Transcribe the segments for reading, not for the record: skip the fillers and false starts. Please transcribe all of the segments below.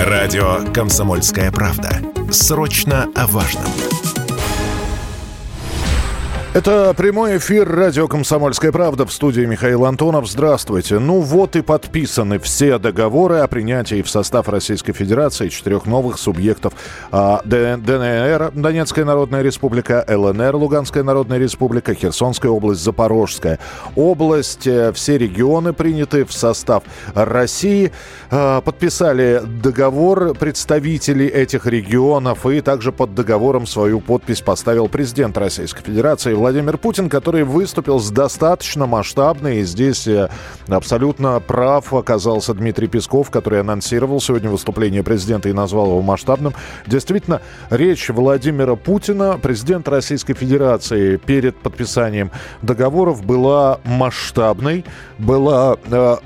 Радио «Комсомольская правда». Срочно о важном. Это прямой эфир радио «Комсомольская правда», в студии Михаил Антонов. Здравствуйте. Ну вот и подписаны все договоры о принятии в состав Российской Федерации 4 новых субъектов: ДНР, Донецкая Народная Республика, ЛНР, Луганская Народная Республика, Херсонская область, Запорожская область. Все регионы приняты в состав России. Подписали договор представители этих регионов, и также под договором свою подпись поставил президент Российской Федерации Владимир Путин, который выступил с достаточно масштабной, и здесь абсолютно прав оказался Дмитрий Песков, который анонсировал сегодня выступление президента и назвал его масштабным. Действительно, речь Владимира Путина, президента Российской Федерации, перед подписанием договоров была масштабной, была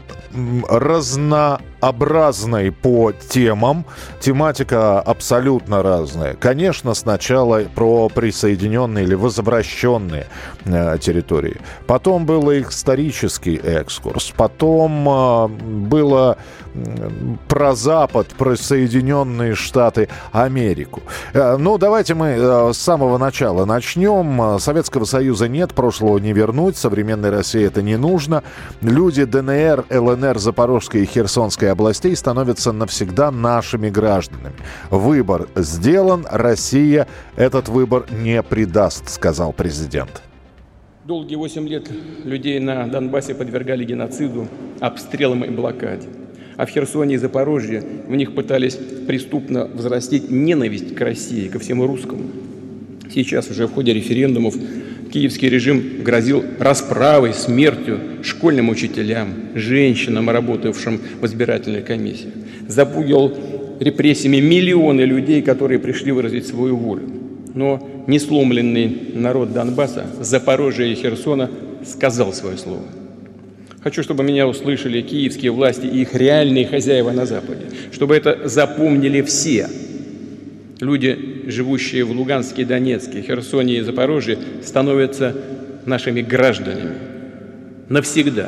разнообразной по темам. Тематика абсолютно разная. Конечно, сначала про присоединенные или возвращенные территории. Потом был исторический экскурс. Потом было про Запад, про Соединенные Штаты Америку. Ну, давайте мы с самого начала начнем. Советского Союза нет, прошлого не вернуть. Современной России это не нужно. Люди ДНР, ЛНР, Запорожской и Херсонской областей становятся навсегда нашими гражданами. Выбор сделан. Россия этот выбор не предаст, сказал президент. Долгие 8 лет людей на Донбассе подвергали геноциду, обстрелам и блокаде. А в Херсоне и Запорожье в них пытались преступно взрастить ненависть к России, ко всему русскому. Сейчас уже в ходе референдумов киевский режим грозил расправой, смертью школьным учителям, женщинам, работавшим в избирательных комиссиях. Запугивал репрессиями миллионы людей, которые пришли выразить свою волю. Но несломленный народ Донбасса, Запорожья и Херсона сказал свое слово. Хочу, чтобы меня услышали киевские власти и их реальные хозяева на Западе. Чтобы это запомнили все. Люди, живущие в Луганске, Донецке, Херсоне и Запорожье, становятся нашими гражданами. Навсегда.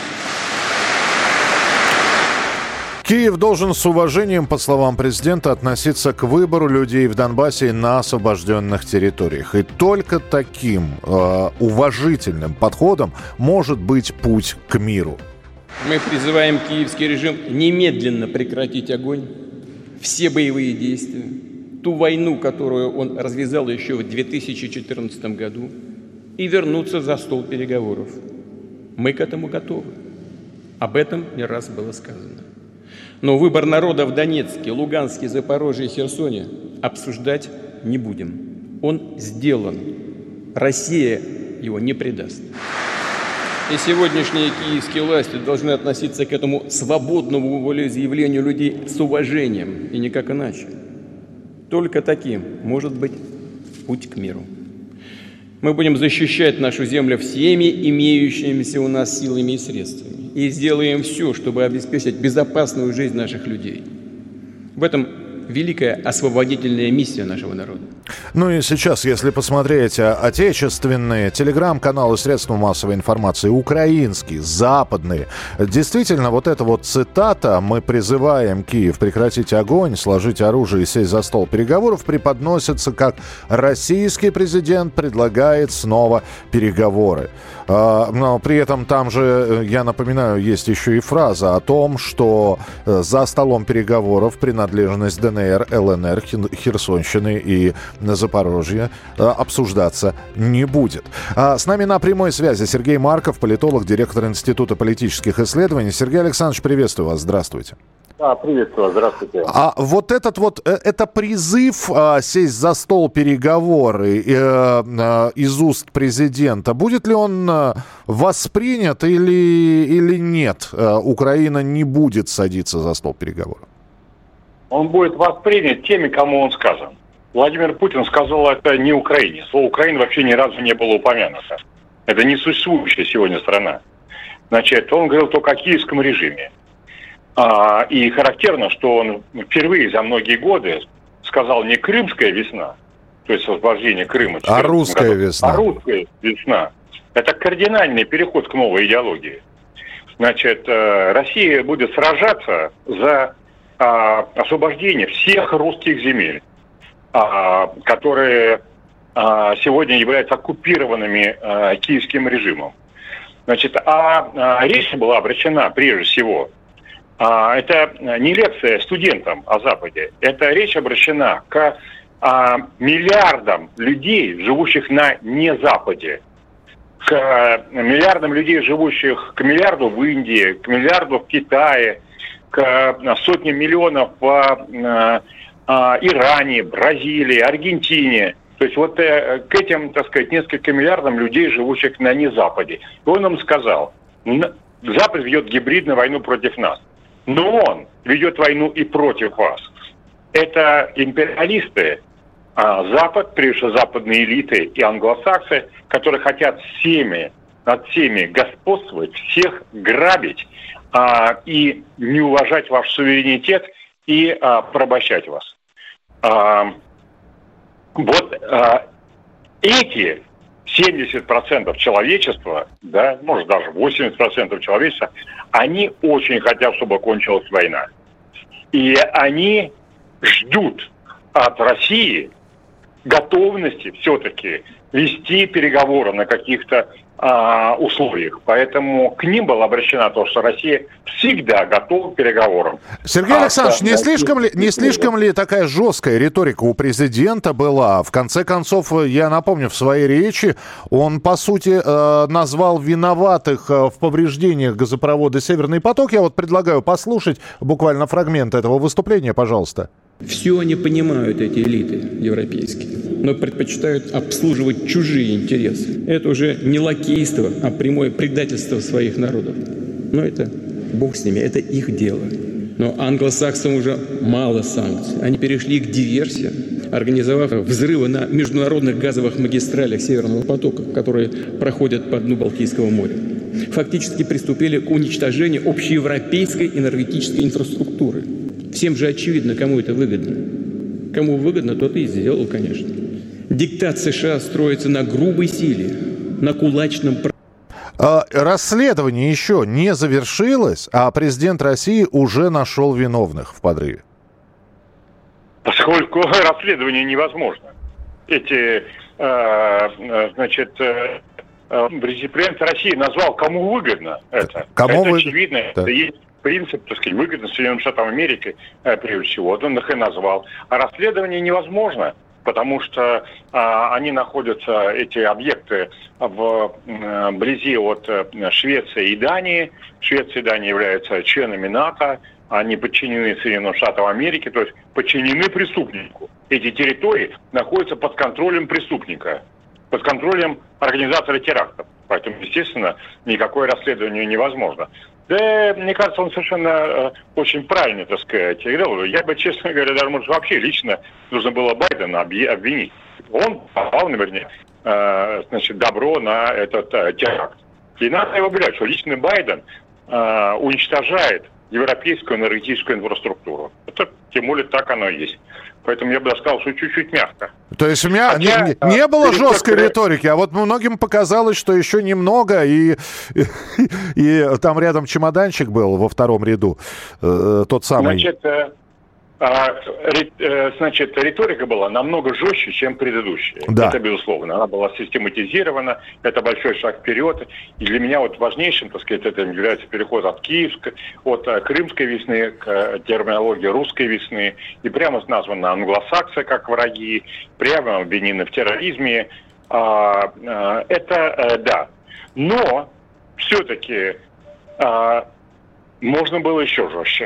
Киев должен с уважением, по словам президента, относиться к выбору людей в Донбассе на освобожденных территориях. И только таким уважительным подходом может быть путь к миру. Мы призываем киевский режим немедленно прекратить огонь, все боевые действия, ту войну, которую он развязал еще в 2014 году, и вернуться за стол переговоров. Мы к этому готовы. Об этом не раз было сказано. Но выбор народа в Донецке, Луганске, Запорожье и Херсоне обсуждать не будем. Он сделан. Россия его не предаст. И сегодняшние киевские власти должны относиться к этому свободному волеизъявлению людей с уважением, и никак иначе. Только таким может быть путь к миру. Мы будем защищать нашу землю всеми имеющимися у нас силами и средствами. И сделаем все, чтобы обеспечить безопасную жизнь наших людей. В этом великая освободительная миссия нашего народа. Ну и сейчас, если посмотреть отечественные телеграм-каналы, средства массовой информации, украинские, западные, действительно, вот эта вот цитата «Мы призываем Киев прекратить огонь, сложить оружие и сесть за стол переговоров» преподносится как российский президент предлагает снова переговоры. Но при этом там же, я напоминаю, есть еще и фраза о том, что за столом переговоров принадлежность ДНР, ЛНР, Херсонщины и Запорожья обсуждаться не будет. С нами на прямой связи Сергей Марков, политолог, директор Института политических исследований. Сергей Александрович, приветствую вас. Здравствуйте. Да, приветствую, здравствуйте. А вот это призыв сесть за стол переговоры из уст президента, будет ли он воспринят или нет? Украина не будет садиться за стол переговоров. Он будет воспринят теми, кому он сказан. Владимир Путин сказал это не Украине. Слово «Украина» вообще ни разу не было упомянуто. Это несуществующая сегодня страна. Значит, он говорил только о киевском режиме. И характерно, что он впервые за многие годы сказал не «Крымская весна», то есть освобождение Крыма, а «Русская весна». А «Русская весна». Это кардинальный переход к новой идеологии. Значит, Россия будет сражаться за освобождение всех русских земель, которые сегодня являются оккупированными киевским режимом. Значит, речь была обращена прежде всего, это не лекция студентам о Западе, это речь обращена к миллиардам людей, живущих на не-Западе, к миллиардам людей, живущих, к миллиарду в Индии, к миллиарду в Китае, к сотням миллионов в Иране, Бразилии, Аргентине. То есть вот к этим, так сказать, несколько миллиардам людей, живущих на не-Западе. И он им сказал, Запад ведет гибридную войну против нас, но он ведет войну и против вас. Это империалисты, Запад, прежде всего западные элиты и англосаксы, которые хотят над всеми господствовать, всех грабить и не уважать ваш суверенитет и порабощать вас. Эти 70% человечества, да, может даже 80% человечества, они очень хотят, чтобы кончилась война. И они ждут от России готовности все-таки вести переговоры на каких-то условиях. Поэтому к ним было обращено то, что Россия всегда готова к переговорам. Сергей Александрович, не слишком ли такая жесткая риторика у президента была? В конце концов, я напомню, в своей речи он, по сути, назвал виноватых в повреждениях газопровода «Северный поток». Я вот предлагаю послушать буквально фрагмент этого выступления, пожалуйста. Все они понимают, эти элиты европейские, но предпочитают обслуживать чужие интересы. Это уже не лакейство, а прямое предательство своих народов. Но это бог с ними, это их дело. Но англосаксам уже мало санкций. Они перешли к диверсиям, организовав взрывы на международных газовых магистралях Северного потока, которые проходят по дну Балтийского моря. Фактически приступили к уничтожению общеевропейской энергетической инфраструктуры. Всем же очевидно, кому это выгодно. Кому выгодно, тот и сделал, конечно. Диктат США строится на грубой силе, на кулачном расследование еще не завершилось, а президент России уже нашел виновных в подрыве. Поскольку расследование невозможно. Президент России назвал, кому выгодно это. Кому это очевидно, да. Это есть принцип, так сказать, выгодно Соединенным Штатам Америки, прежде всего. Он их и назвал. А расследование невозможно, потому что они находятся, эти объекты, вблизи от Швеции и Дании. Швеция и Дания являются членами НАТО. Они подчинены Соединенным Штатам Америки, то есть подчинены преступнику. Эти территории находятся под контролем преступника, под контролем организатора терактов. Поэтому, естественно, никакое расследование невозможно. Да, мне кажется, он совершенно очень правильно, так сказать, играл. Я бы, честно говоря, даже, может, вообще лично нужно было Байдена обвинить. Он попал, наверное, добро на этот теракт. И надо его говорить, что лично Байден уничтожает европейскую энергетическую инфраструктуру. Это, тем более, так оно и есть. Поэтому я бы сказал, что чуть-чуть мягко. То есть не было жесткой риторики, а вот многим показалось, что еще немного, и там рядом чемоданчик был во втором ряду, тот самый. Значит, риторика была намного жестче, чем предыдущая. Да. Это безусловно. Она была систематизирована, это большой шаг вперед. И для меня вот важнейшим, так сказать, это является переход от Крымской весны к терминологии русской весны. И прямо названо англосаксы как враги, прямо обвинены в терроризме. Да. Но все-таки можно было еще жестче.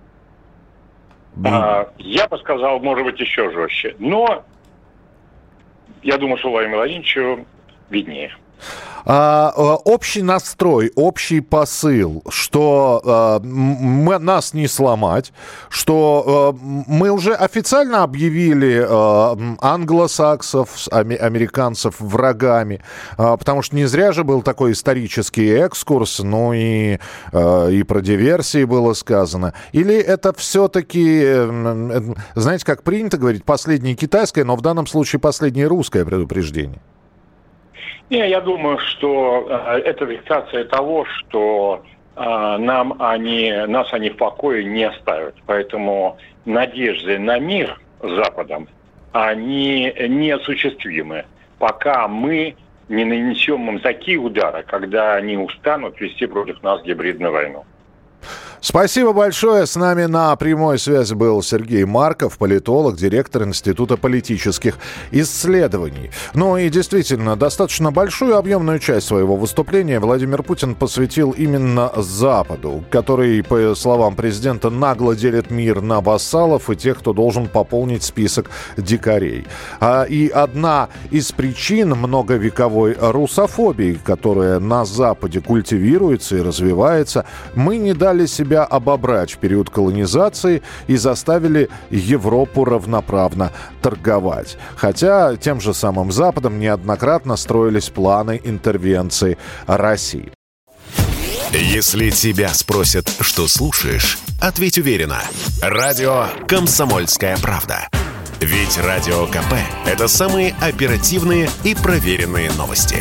Я бы сказал, может быть, еще жестче. Но я думаю, что Владимиру Владимировичу виднее. Общий настрой, общий посыл, что нас не сломать, что мы уже официально объявили англосаксов, американцев врагами, потому что не зря же был такой исторический экскурс, ну и про диверсии было сказано. Или это все-таки, знаете, как принято говорить, последнее китайское, но в данном случае последнее русское предупреждение? Не, я думаю, что это фиксация того, что нас они в покое не оставят. Поэтому надежды на мир с Западом, они неосуществимы, пока мы не нанесем им такие удары, когда они устанут вести против нас гибридную войну. Спасибо большое. С нами на прямой связи был Сергей Марков, политолог, директор Института политических исследований. Ну и действительно, достаточно большую объемную часть своего выступления Владимир Путин посвятил именно Западу, который, по словам президента, нагло делит мир на вассалов и тех, кто должен пополнить список дикарей. И одна из причин многовековой русофобии, которая на Западе культивируется и развивается, мы не дали себя обобрать в период колонизации и заставили Европу равноправно торговать. Хотя тем же самым Западом неоднократно строились планы интервенции России. Если тебя спросят, что слушаешь, ответь уверенно. Радио «Комсомольская правда». Ведь Радио КП – это самые оперативные и проверенные новости.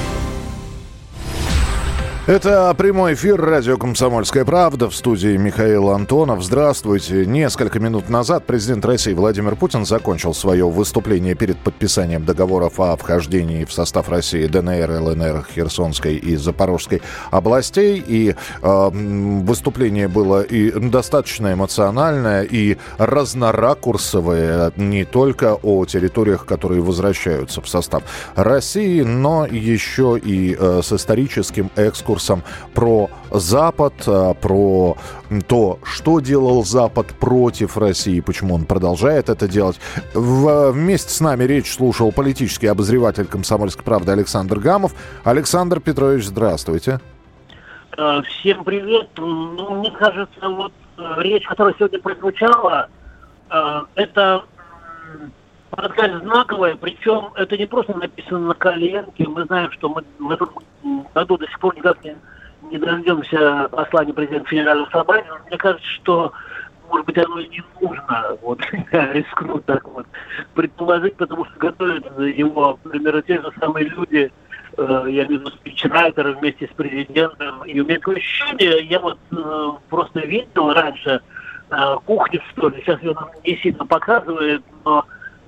Это прямой эфир радио «Комсомольская правда», в студии Михаил Антонов. Здравствуйте. Несколько минут назад президент России Владимир Путин закончил свое выступление перед подписанием договоров о вхождении в состав России ДНР, ЛНР, Херсонской и Запорожской областей. И выступление было и достаточно эмоциональное, и разноракурсовое, не только о территориях, которые возвращаются в состав России, но еще и с историческим экскурсом про Запад, про то, что делал Запад против России, почему он продолжает это делать. Вместе с нами речь слушал политический обозреватель «Комсомольской правды» Александр Гамов. Александр Петрович, здравствуйте. Всем привет. Мне кажется, вот речь, которая сегодня прозвучала, это такая знаковая, причем это не просто написано на коленке. Мы знаем, что мы в этом году до сих пор никак не дождемся послания президента Федерального собрания. Мне кажется, что, может быть, оно и не нужно, рискнуть так вот предположить, потому что готовят его, например, те же самые люди, я имею в виду спичрайтеры вместе с президентом. И у меня такое ощущение, я вот просто видел раньше кухню, что ли, сейчас ее нам не сильно показывает, но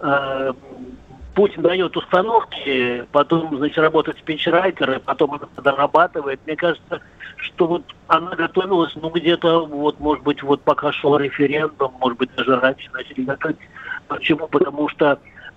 Путин дает установки, потом, значит, работают спичрайтеры, потом это дорабатывает. Мне кажется, что вот она готовилась, где-то, вот, может быть, вот пока шел референдум, может быть, даже раньше начали готовить. Почему? Потому что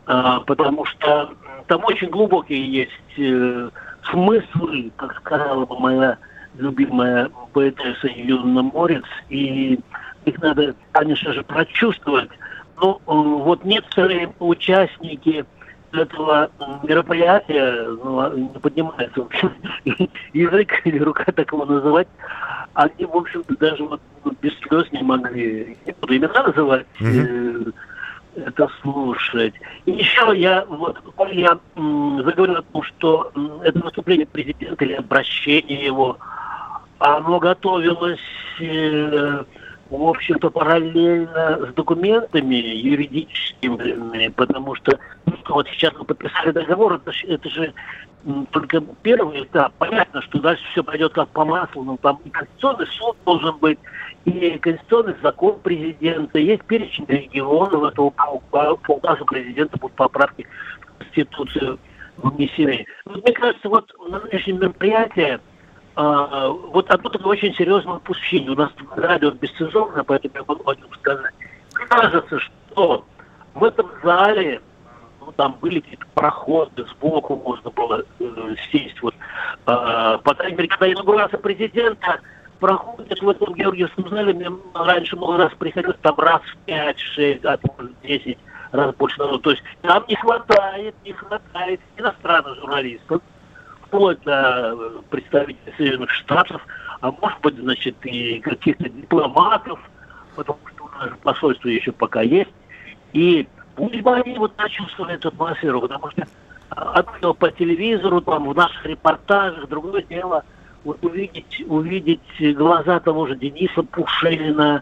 там очень глубокие есть смыслы, как сказала бы моя любимая поэтесса Юна Морец, и их надо, конечно же, прочувствовать. Ну, вот некоторые участники этого мероприятия, не поднимается, в общем, язык или рука так его называть, они, в общем-то, даже вот без слез не могли, не буду имена называть, это слушать. И еще я заговорил о том, что это выступление президента или обращение его, оно готовилось в общем-то, параллельно с документами юридическими, потому что вот сейчас мы подписали договор, это же только первый этап. Понятно, что дальше все пойдет как по маслу, но там и Конституционный суд должен быть, и Конституционный закон президента, есть перечень регионов, это по указу президента будут поправки в Конституцию внесены. Вот, мне кажется, вот на нынешнем мероприятии вот одно такое очень серьезное упущение. У нас радио бесцензурно, поэтому я могу о нем сказать. Мне кажется, что в этом зале там были какие-то проходы, сбоку можно было сесть. Вот, по крайней мере, когда инаугурация президента проходит в этом Георгиевском зале, мне раньше много раз приходилось там раз в 5-6, а то 10 раз больше народу. То есть нам не хватает иностранных журналистов, вплоть до представителей Соединенных Штатов, а может быть, значит, и каких-то дипломатов, потому что у нас посольство еще пока есть. И пусть бы они вот почувствовали эту атмосферу, потому что одно по телевизору, там, в наших репортажах, другое дело, вот увидеть глаза того же Дениса Пушилина,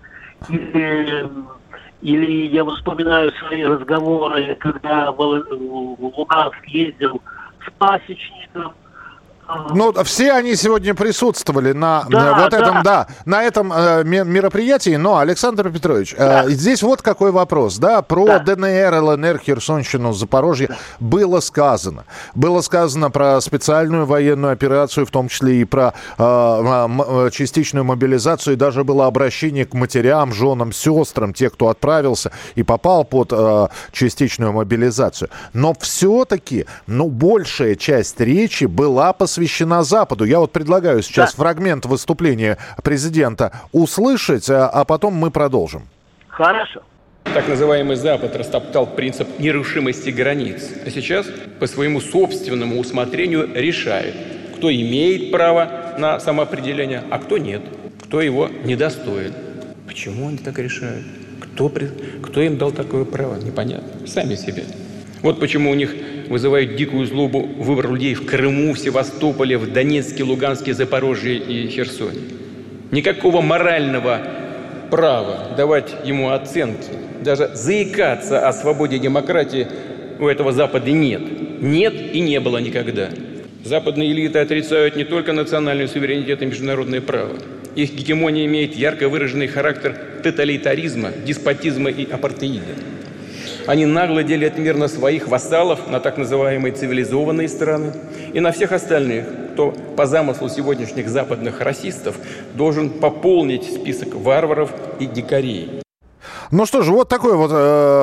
или я вспоминаю свои разговоры, когда Луганск ездил с пасечником, Ну, все они сегодня присутствовали на этом мероприятии. Но, Александр Петрович, здесь вот какой вопрос. Да, про ДНР, ЛНР, Херсонщину, Запорожье было сказано. Было сказано про специальную военную операцию, в том числе и про частичную мобилизацию. И даже было обращение к матерям, женам, сестрам, тех, кто отправился и попал под частичную мобилизацию. Но все-таки, большая часть речи была посвящена Западу. Я вот предлагаю сейчас фрагмент выступления президента услышать, а потом мы продолжим. Хорошо. Так называемый Запад растоптал принцип нерушимости границ, а сейчас по своему собственному усмотрению решает, кто имеет право на самоопределение, а кто нет, кто его недостоин. Почему они так решают? Кто им дал такое право? Непонятно. Сами себе. Вот почему у них вызывает дикую злобу выбор людей в Крыму, в Севастополе, в Донецке, Луганске, Запорожье и Херсоне. Никакого морального права давать ему оценки, даже заикаться о свободе и демократии у этого Запада нет. Нет и не было никогда. Западные элиты отрицают не только национальный суверенитет и международное право. Их гегемония имеет ярко выраженный характер тоталитаризма, деспотизма и апартеида. Они нагло делят мир на своих вассалов, на так называемые цивилизованные страны, и на всех остальных, кто по замыслу сегодняшних западных расистов должен пополнить список варваров и дикарей. Ну что же, вот такое вот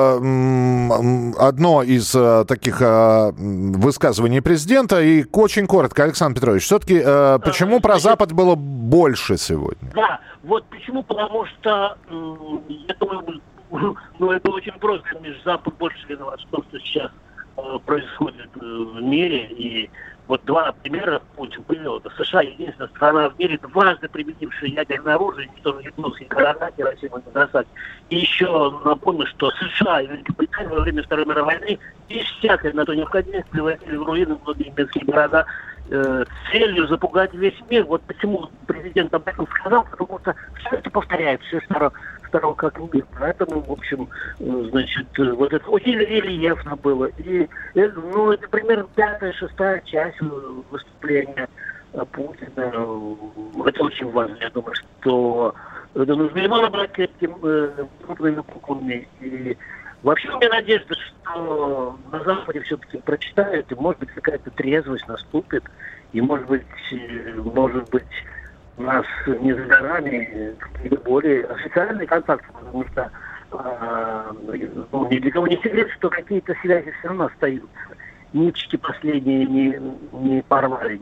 одно из таких высказываний президента. И очень коротко, Александр Петрович, все-таки почему про Запад было больше сегодня? Да, вот почему, потому что, я думаю, это очень просто. Запад больше виноват в том, что сейчас происходит в мире. И вот два примера Путин привел. Это США, единственная страна в мире, дважды применившая ядерное оружие, уничтожив японский Карагаки, Хиросиму и Нагасаки. И еще напомню, что США и Великобритания во время Второй мировой войны без всякой на то необходимости превратили в руины многие немецкие города с целью запугать весь мир. Вот почему президент об этом сказал, потому что все это повторяется, все старого как мир. Поэтому, в общем, значит, вот это очень рельефно было. И, это примерно 5-6 часть выступления Путина. Это очень важно. Я думаю, что это нужно его набрать крепким крупными буквами. И вообще у меня надежда, что на Западе все-таки прочитают, и, может быть, какая-то трезвость наступит, и, может быть, у нас не за горами какие-то более официальные контакты, потому что ни для кого не секрет, что какие-то связи все равно остаются. Ниточки последние не порвали,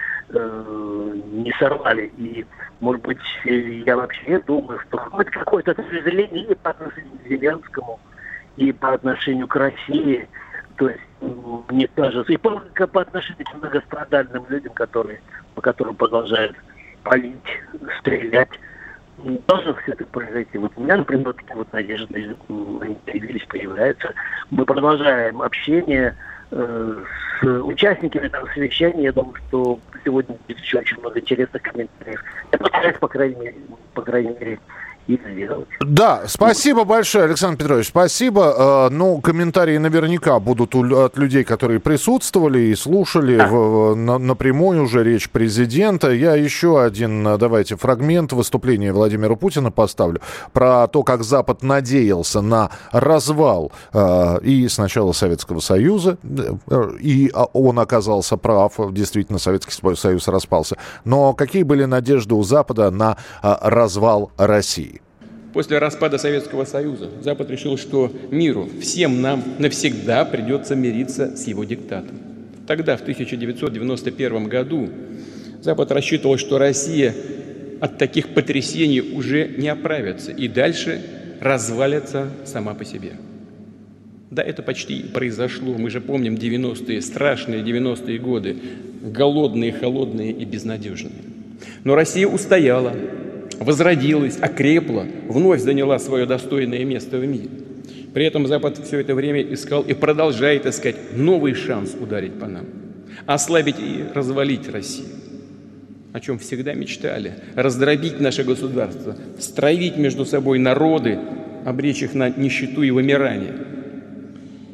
не сорвали. И, может быть, я вообще думаю, что хоть какое-то сожаление и по отношению к Зеленскому, и по отношению к России, то есть, мне кажется, и по отношению к многострадальным людям, по которым продолжают палить, стрелять. Должно все это произойти. Вот у меня, например, такие вот надежды появляются. Мы продолжаем общение с участниками этого совещания. Я думаю, что сегодня будет еще очень много интересных комментариев. Я постараюсь, по крайней мере, их сделать. Да, спасибо большое, Александр Петрович, спасибо. Комментарии наверняка будут от людей, которые присутствовали и слушали напрямую уже речь президента. Я еще один, давайте, фрагмент выступления Владимира Путина поставлю про то, как Запад надеялся на развал и сначала Советского Союза, и он оказался прав, действительно, Советский Союз распался. Но какие были надежды у Запада на развал России? После распада Советского Союза Запад решил, что миру, всем нам навсегда придется мириться с его диктатом. Тогда, в 1991 году, Запад рассчитывал, что Россия от таких потрясений уже не оправится и дальше развалится сама по себе. Да, это почти произошло. Мы же помним 90-е, страшные 90-е годы, голодные, холодные и безнадежные. Но Россия устояла, возродилась, окрепла, вновь заняла свое достойное место в мире. При этом Запад все это время искал и продолжает искать новый шанс ударить по нам, ослабить и развалить Россию, о чем всегда мечтали, раздробить наше государство, стравить между собой народы, обречь их на нищету и вымирание.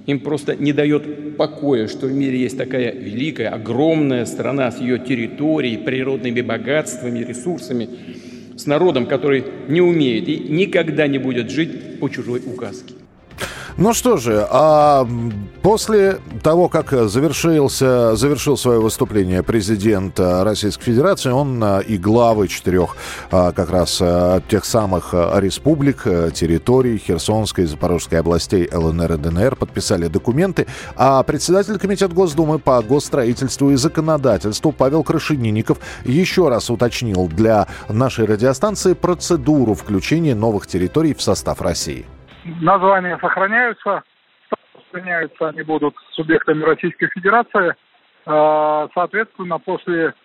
Им просто не дает покоя, что в мире есть такая великая, огромная страна с ее территорией, природными богатствами, ресурсами, с народом, который не умеет и никогда не будет жить по чужой указке. Ну что же, после того, как завершил свое выступление президент Российской Федерации, он и главы 4 как раз тех самых республик, территорий Херсонской и Запорожской областей ЛНР и ДНР подписали документы, а председатель Комитета Госдумы по госстроительству и законодательству Павел Крашенинников еще раз уточнил для нашей радиостанции процедуру включения новых территорий в состав России. Названия сохраняются, они будут субъектами Российской Федерации. Соответственно, после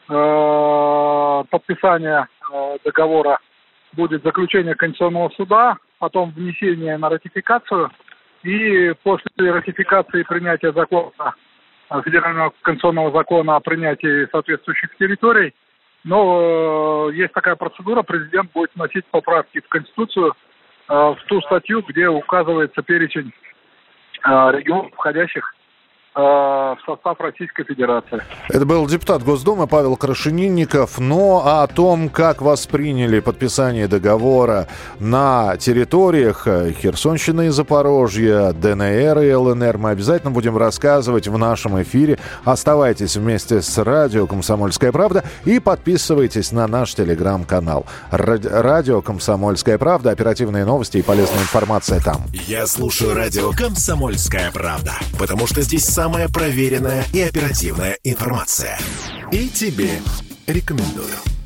подписания договора будет заключение Конституционного суда, потом внесение на ратификацию, и после ратификации и принятия закона, федерального конституционного закона о принятии соответствующих территорий, но есть такая процедура, президент будет вносить поправки в Конституцию, в ту статью, где указывается перечень регионов, входящих в состав Российской Федерации. Это был депутат Госдумы Павел Крашенинников. Но о том, как восприняли подписание договора на территориях Херсонщины и Запорожья, ДНР и ЛНР, мы обязательно будем рассказывать в нашем эфире. Оставайтесь вместе с радио «Комсомольская правда» и подписывайтесь на наш телеграм-канал. Радио «Комсомольская правда». Оперативные новости и полезная информация там. Я слушаю радио «Комсомольская правда», потому что здесь самая проверенная и оперативная информация. И тебе рекомендую.